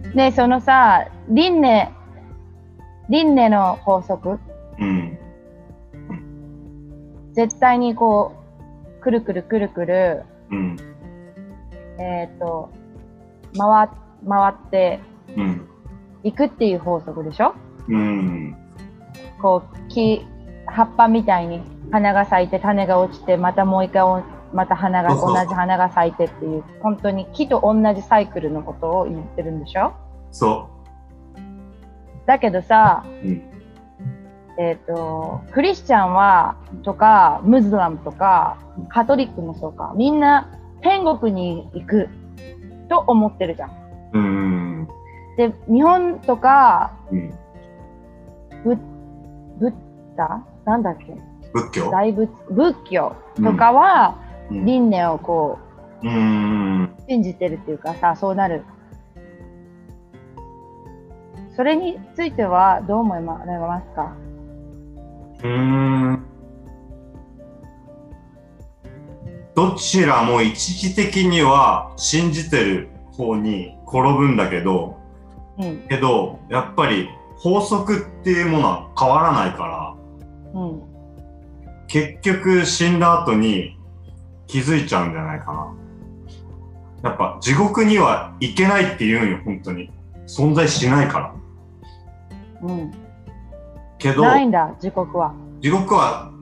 で、そのさ、輪廻の法則、 うん。 絶対にこう、くるくるくるくる、 うん。 回ってうん。 いくっていう法則でしょ？ うん。 こう、葉っぱみたいに花が咲いて種が落ちて、またもう一回また同じ花が咲いてっていう、本当に木と同じサイクルのことを言ってるんでしょ？ そだけどさ、 う。うん。 クリスチャンとか、ムスリムとか、カトリックもそうか、みんな天国に行くと思ってるじゃん。 うん。 で、日本とか、 うん。 ブッダなんだっけ？ 仏教？ 仏教とかは、 うん、 輪廻をこう、 信じてるっていうかさ、そうなる。それについてはどう思いますか？ どちらも一時的には信じてる方に転ぶんだけど、やっぱり法則っていうものは変わらないから、結局死んだ後に気づいちゃうんじゃないかな。やっぱ地獄には行けないって言うんよ、本当に。存在しないから。けど、 ないんだ、地獄は。 地獄は、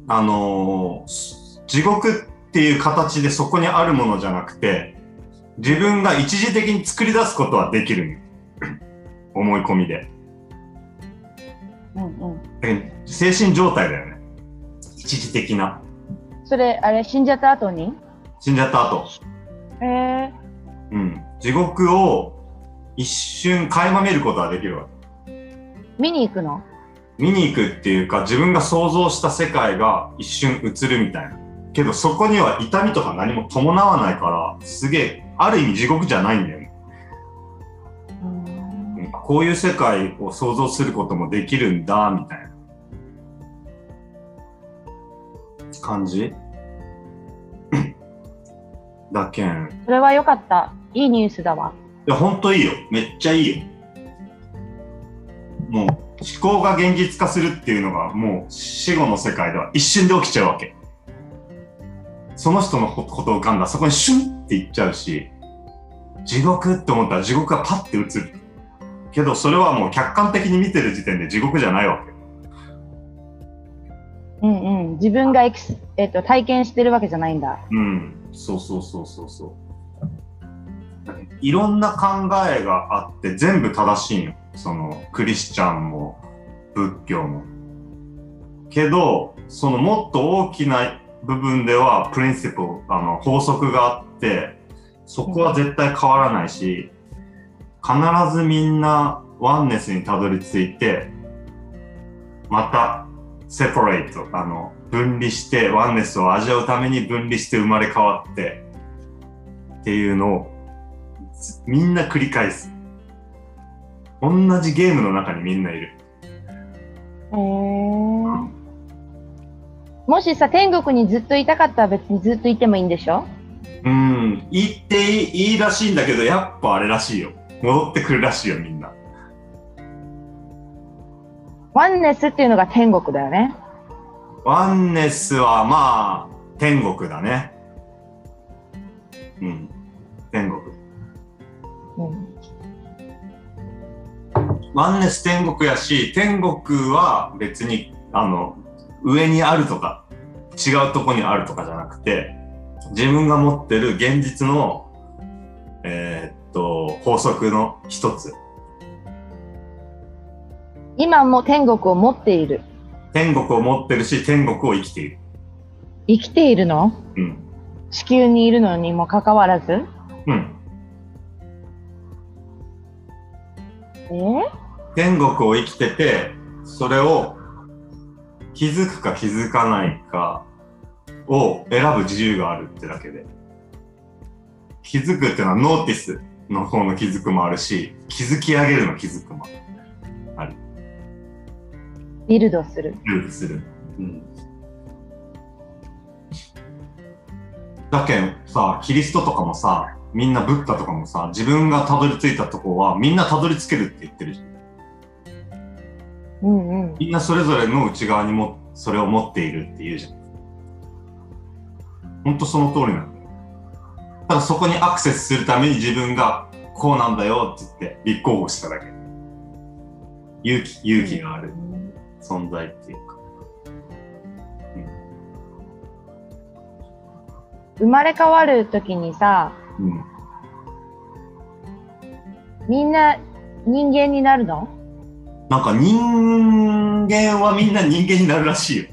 地獄っていう形でそこにあるものじゃなくて、自分が一時的に作り出すことはできるんよ。思い込みで。精神状態だよね。一時的な。 それ、死んじゃった後に？ 死んじゃった後。地獄を一瞬垣間見ることはできるわけ。 見に行くの？ 見に行くっていうか、自分が想像した世界が一瞬映るみたいな。けどそこには痛みとか何も伴わないから、すげえ、ある意味地獄じゃないんだよね。こういう世界を想像することもできるんだ、みたいな感じだけん。 それは良かった。いいニュースだわ。 いや、ほんといいよ。めっちゃいいよ。もう、思考が現実化するっていうのが、もう死後の世界では一瞬で起きちゃうわけ。その人のことを浮かんだらそこにシュンっていっちゃうし、地獄って思ったら地獄がパッて映る。けどそれはもう客観的に見てる時点で地獄じゃないわけ。 自分が体験してるわけじゃないんだ。 そう。いろんな考えがあって全部正しいよ。そのクリスチャンも仏教も。けどそのもっと大きな部分ではプリンシプル、法則があって、そこは絶対変わらないし、必ずみんなワンネスにたどり着いて、またセパレート、分離してワンネスを味わうために分離して生まれ変わってっていうのをみんな繰り返す。同じゲームの中にみんないる。 もしさ、天国にずっといたかったら別にずっといてもいいんでしょ？ 行っていいらしいんだけど、やっぱあれらしいよ。戻ってくるらしいよ、みんな。 ワンネスっていうのが天国だよね。 ワンネスはまあ天国だね。天国。ワンネス天国やし、天国は別に上にあるとか違うとこにあるとかじゃなくて、自分が持ってる現実の法則の一つ。 今も天国を持っている。 天国を持ってるし、天国を生きている。 生きているの？地球にいるのにもかかわらず？ 天国を生きてて、それを気づくか気づかないかを選ぶ自由があるってだけで。気づくっていうのはノーティスの方の気づくもあるし、気づき上げるの気づくもある。 ビルドする。 だけんさ、キリストとかもさ、 みんなブッダとかもさ、自分がたどり着いたとこはみんなたどり着けるって言ってるじゃん。 うんうん。 みんなそれぞれの内側にもそれを持っているって言うじゃん。ほんとその通りなんだよ。ただそこにアクセスするために自分がこうなんだよって言って立候補しただけ。勇気がある存在っていうか。 生まれ変わるときにさ、 うん。 みんな人間になるの？ なんか人間はみんな人間になるらしいよ。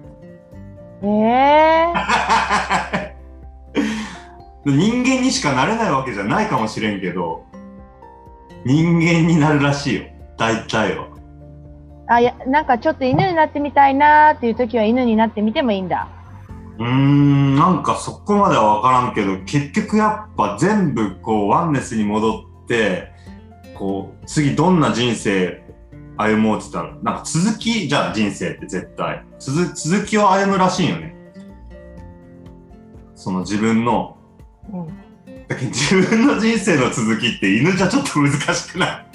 人間にしかなれないわけじゃないかもしれんけど、人間になるらしいよ、大体は。 あ、いや、なんかちょっと犬になってみたいなーっていうときは犬になってみてもいいんだ。 なんかそこまでは分からんけど、結局やっぱ全部こうワンネスに戻って、こう次どんな人生歩もうって言ったら、なんか続きじゃあ人生って絶対続きを歩むらしいよね。その自分の、だけど自分の人生の続きって犬じゃちょっと難しくない？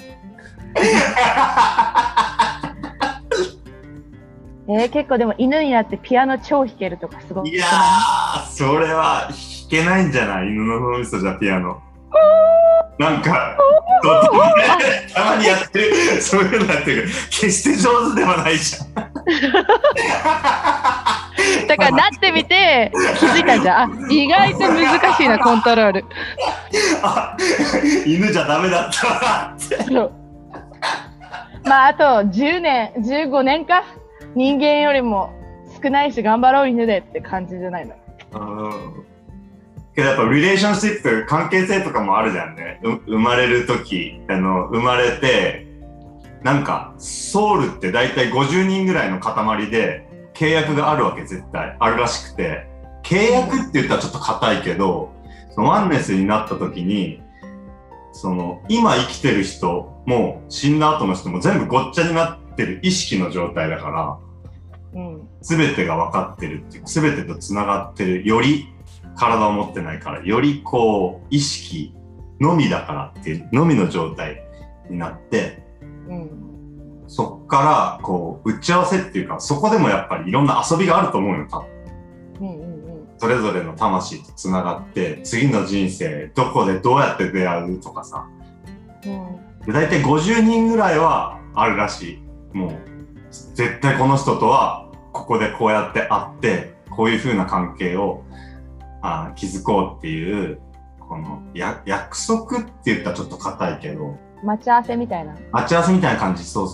結構でも犬になってピアノ超弾けるとかすごくない？ いやー、それは弾けないんじゃない？犬の脳みそじゃピアノ。なんか、たまにやってる、そういうのやってる。決して上手ではないじゃん。 だからなってみて気づいたじゃん。意外と難しいな、コントロール。 あ、犬じゃダメだったなって。そう。 まああと10年、15年か。人間よりも少ないし頑張ろう犬でって感じじゃないの。 けどやっぱリレーションシップ、関係性とかもあるじゃんね。生まれる時、生まれて、なんかソウルってだいたい50人ぐらいの塊で契約があるわけ、絶対あるらしくて、契約って言ったらちょっと硬いけど、そのワンネスになった時に、その今生きてる人も死んだ後の人も全部ごっちゃになってる意識の状態だから、全てが分かってるっていう、全てとつながってる、より体を持ってないから、よりこう意識のみだからっていうのみの状態になって、そっからこう打ち合わせっていうか、そこでもやっぱりいろんな遊びがあると思うよ、多分。それぞれの魂とつながって、次の人生どこでどうやって出会うとかさ、だいたい50人ぐらいはあるらしい。もう絶対この人とはここでこうやって会って、こういう風な関係を築こうっていう、この約束って言ったらちょっと硬いけど、 待ち合わせみたいな。 待ち合わせみたいな感じ。そう。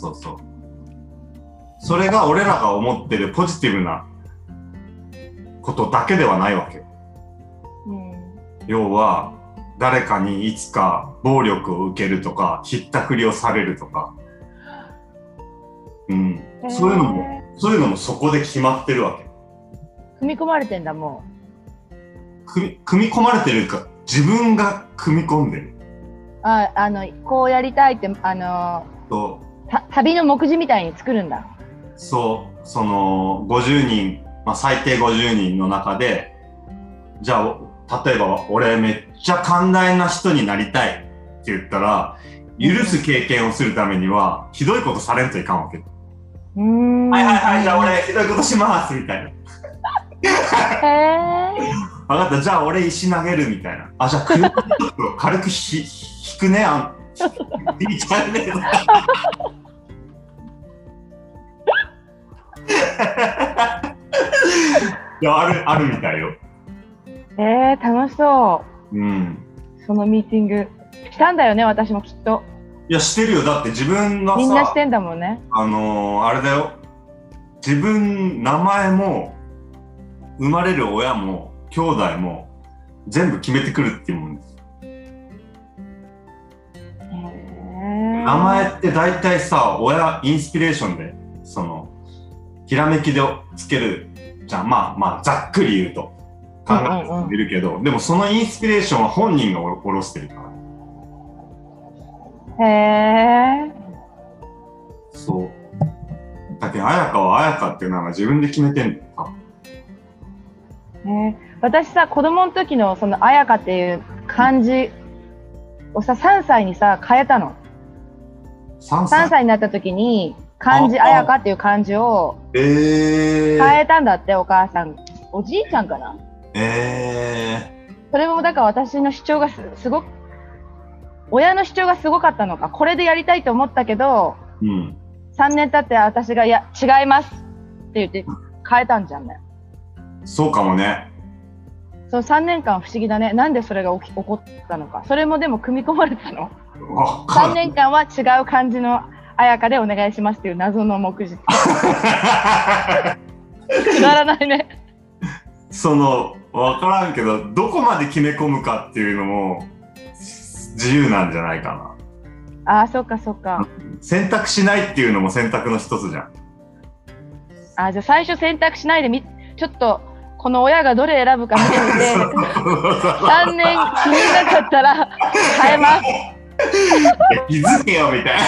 それが俺らが思ってるポジティブなことだけではないわけ。要は誰かにいつか暴力を受けるとか、ひったくりをされるとか、そういうのもそこで決まってるわけ。 組み込まれてんだ、もう。組み込まれてるか、自分が組み込んでる。 こうやりたいって、旅の目次みたいに作るんだ。 そう、その50人、最低50人の中で、じゃあ例えば俺めっちゃ寛大な人になりたいって言ったら、許す経験をするためにはひどいことされんといかんわけ。はい、じゃあ俺ひどいことしますみたいな。分かった、じゃあ俺石投げるみたいな。じゃあ軽く引くね、引いちゃうね。いや、あるみたいよ。 楽しそう。そのミーティングしたんだよね、私もきっと。 いや、してるよ。だって自分がさ、 みんなしてんだもんね。 あれだよ。自分、名前も生まれる親も兄弟も全部決めてくるっていうもんです。名前って大体さ、親インスピレーションでそのひらめきでつけるじゃん。まあざっくり言うと考える人もいるけど、でもそのインスピレーションは本人が下ろしてるから。そう。だけど彩香は彩香っていうのは自分で決めてんだよ、多分。 私さ、子供の時のその彩香っていう漢字をさ、3歳にさ、変えたの。 3 3歳になった時に、漢字彩香っていう漢字を変えたんだって、お母さん。おじいちゃんかな。それもだから私の主張がすごく、親の主張がすごかったのか、これでやりたいと思ったけど、 うん、 3年経って私が、いや、違いますって言って変えたんじゃんね。 そうかもね。 そう、3年間不思議だね。なんでそれが起こったのか。それもでも組み込まれたの。3年間は違う漢字の彩香でお願いしますっていう謎の目次。くだらないね。 わからんけど、どこまで決め込むかっていうのも自由なんじゃないかな。 ああ、そっかそっか。 選択しないっていうのも選択の一つじゃん。 あ、じゃあ最初選択しないでちょっとこの親がどれ選ぶか見てみて3年気になかったら変えます。 気づけよみたい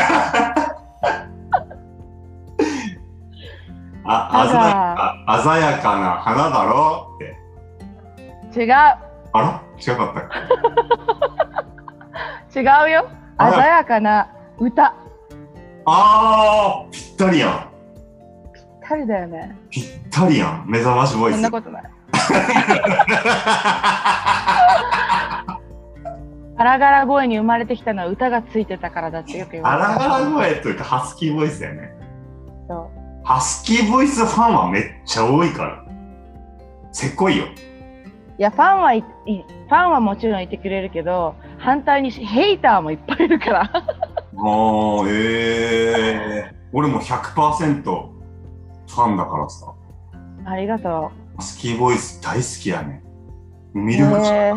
な。鮮やかな花だろって。 違う。 あら違かったっけ。違うよ。鮮やかな歌。 あー、ぴったりやん。 ぴったりだよね。 ぴったりやん。目覚ましボイス。 そんなことない。ガラガラ声に生まれてきたのは歌がついてたからだってよく言われる。 ガラガラ声というかハスキーボイスだよね。 そう。 ハスキーボイスファンはめっちゃ多いから。せこいよ。 いや、ファンはもちろんいてくれるけど、反対にヘイターもいっぱいいるから。 俺も 100% ファンだからさ。 ありがとう。ハスキーボイス大好きやね。魅力者。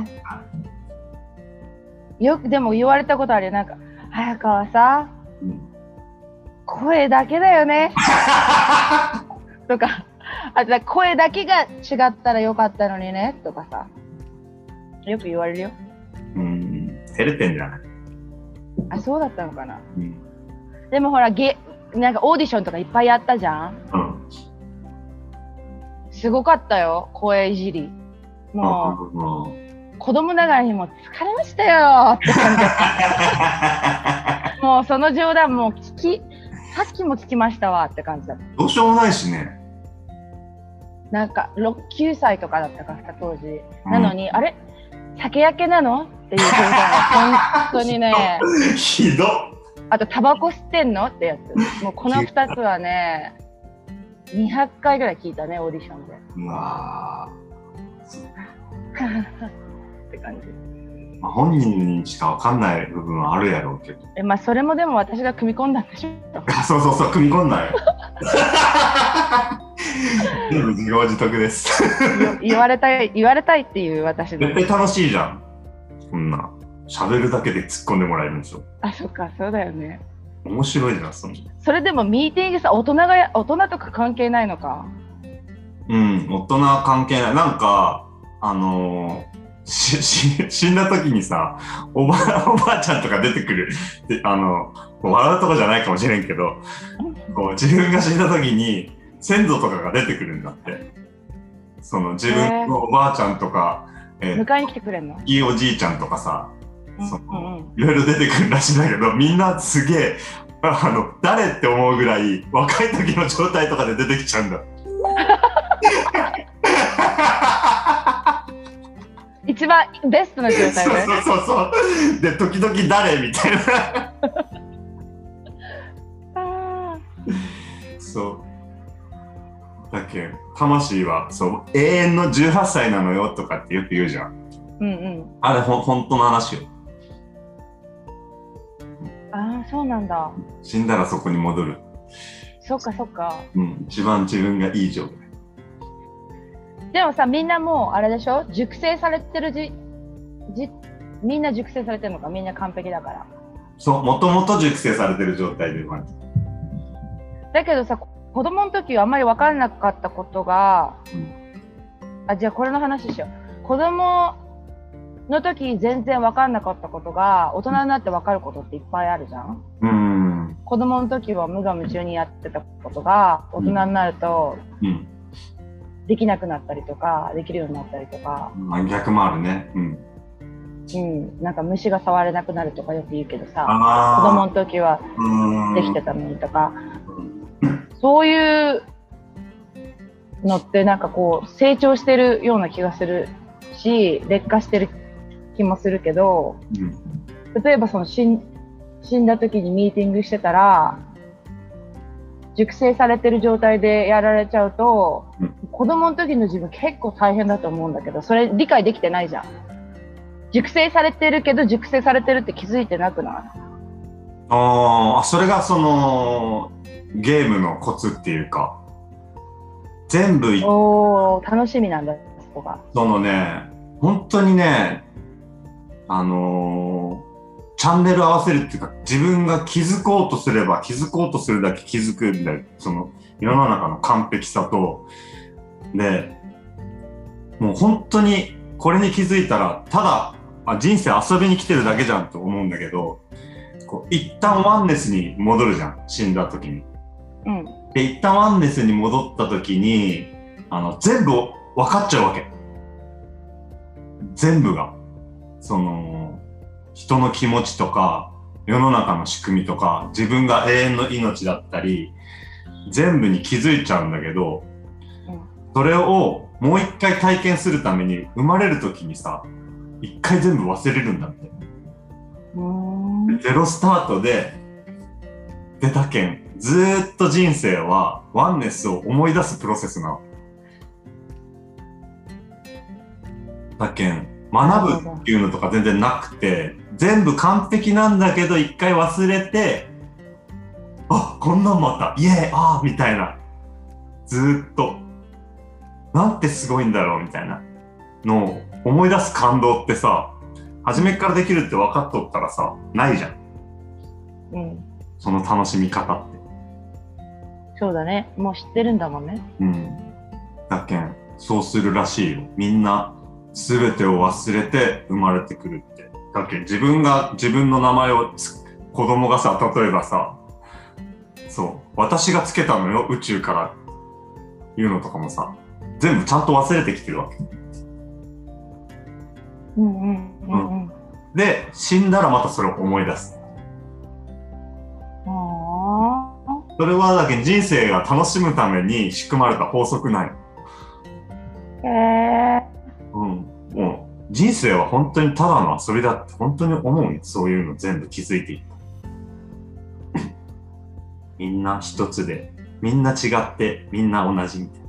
よくでも言われたことあるよ。なんか、早川さ、声だけだよね。とか、あと声だけが違ったらよかったのにねとかさ、よく言われるよ。 照れてんじゃない？ あ、そうだったのかな。でもほらなんかオーディションとかいっぱいやったじゃん。すごかったよ、声いじり。もう子供ながらにも疲れましたよって感じだった。もうその冗談もさっきも聞きましたわって感じだった。 どうしようもないしね。 なんか9歳とかだったから当時、なのにあれ酒焼けなのっていう冗談が本当にね。 ひどっ。 あとタバコ吸ってんのってやつ。もうこの2つはね200回ぐらい聞いたね、オーディションで。 うわって感じ。 本人にしか分かんない部分はあるやろうけど。 それもでも私が組み込んだんでしょ。 そう組み込んだよ。全部自業自得です。 言われたいっていう私絶対楽しいじゃん。こんな喋るだけで突っ込んでもらえるんでしょ。 あ、そっか、そうだよね。 面白いじゃん。 それでもミーティングさ、大人とか関係ないのか。 大人関係ない。なんか死んだ時にさ、おばあちゃんとか出てくるで、笑うとこじゃないかもしれんけど、こう自分が死んだ時に先祖とかが出てくるんだって。自分のおばあちゃんとか、 迎えに来てくれんの？ いいおじいちゃんとかさ、いろいろ出てくるらしいんだけど、みんなすげえ誰って思うぐらい若い時の状態とかで出てきちゃうんだ。 一番ベストな状態で。 そうで時々誰みたいな。そうだけど魂は永遠の18歳なのよとかってよく言うじゃん。あれ本当の話よ。 ああ、そうなんだ。 死んだらそこに戻る。 そっか。 一番自分がいい状態。 でもさ、みんなもうあれでしょ、熟成されてるみんな熟成されてるのか、みんな完璧だから。 そう、もともと熟成されてる状態で生まれてる。 だけどさ、子供の時はあんまり分からなかったことが、じゃあこれの話しよう。子供の時全然分からなかったことが大人になって分かることっていっぱいあるじゃん。子供の時は無我夢中にやってたことが大人になると、できなくなったりとか、できるようになったりとか。 逆もあるね。 なんか虫が触れなくなるとかよく言うけどさ、 あ子供の時はできてたのにとか、そういうのってなんかこう成長してるような気がするし、劣化してる気もするけど、例えばその死んだ時にミーティングしてたら、熟成されてる状態でやられちゃうと、子供の時の自分結構大変だと思うんだけど、それ理解できてないじゃん。熟成されてるけど熟成されてるって気づいてなくない？ それがそのゲームのコツっていうか、全部楽しみなんだ、そこが。 そのね、本当にね、チャンネル合わせるっていうか、自分が気づこうとすれば気づこうとするだけ気づくんだよ。その世の中の完璧さと、で、もう本当にこれに気づいたら、ただ人生遊びに来てるだけじゃんと思うんだけど、こう一旦ワンネスに戻るじゃん、死んだ時に。で、一旦ワンネスに戻った時に、全部分かっちゃうわけ。全部が。その、人の気持ちとか、世の中の仕組みとか、自分が永遠の命だったり、全部に気づいちゃうんだけど、それをもう一回体験するために、生まれる時にさ、一回全部忘れるんだって。ゼロスタートで出たけん、ずーっと人生はワンネスを思い出すプロセスなの。だけん、学ぶっていうのとか全然なくて、全部完璧なんだけど一回忘れて、あ、こんなんもあった、イエーイ、あーみたいな、ずーっとなんてすごいんだろうみたいなのを思い出す感動ってさ、初めからできるって分かっとったらさ、ないじゃん。その楽しみ方って。 そうだね。もう知ってるんだもんね。 だけん、そうするらしいよ。みんな全てを忘れて生まれてくるって。だけん、自分の名前を子供がさ、例えばさ、そう、私がつけたのよ、宇宙からいうのとかもさ、全部ちゃんと忘れてきてるわけ。で、死んだらまたそれを思い出す。それはだけ人生が楽しむために仕組まれた法則ない。もう人生は本当にただの遊びだって本当に思うよ。そういうの全部気づいていった。みんな一つで、みんな違って、みんな同じみたいな。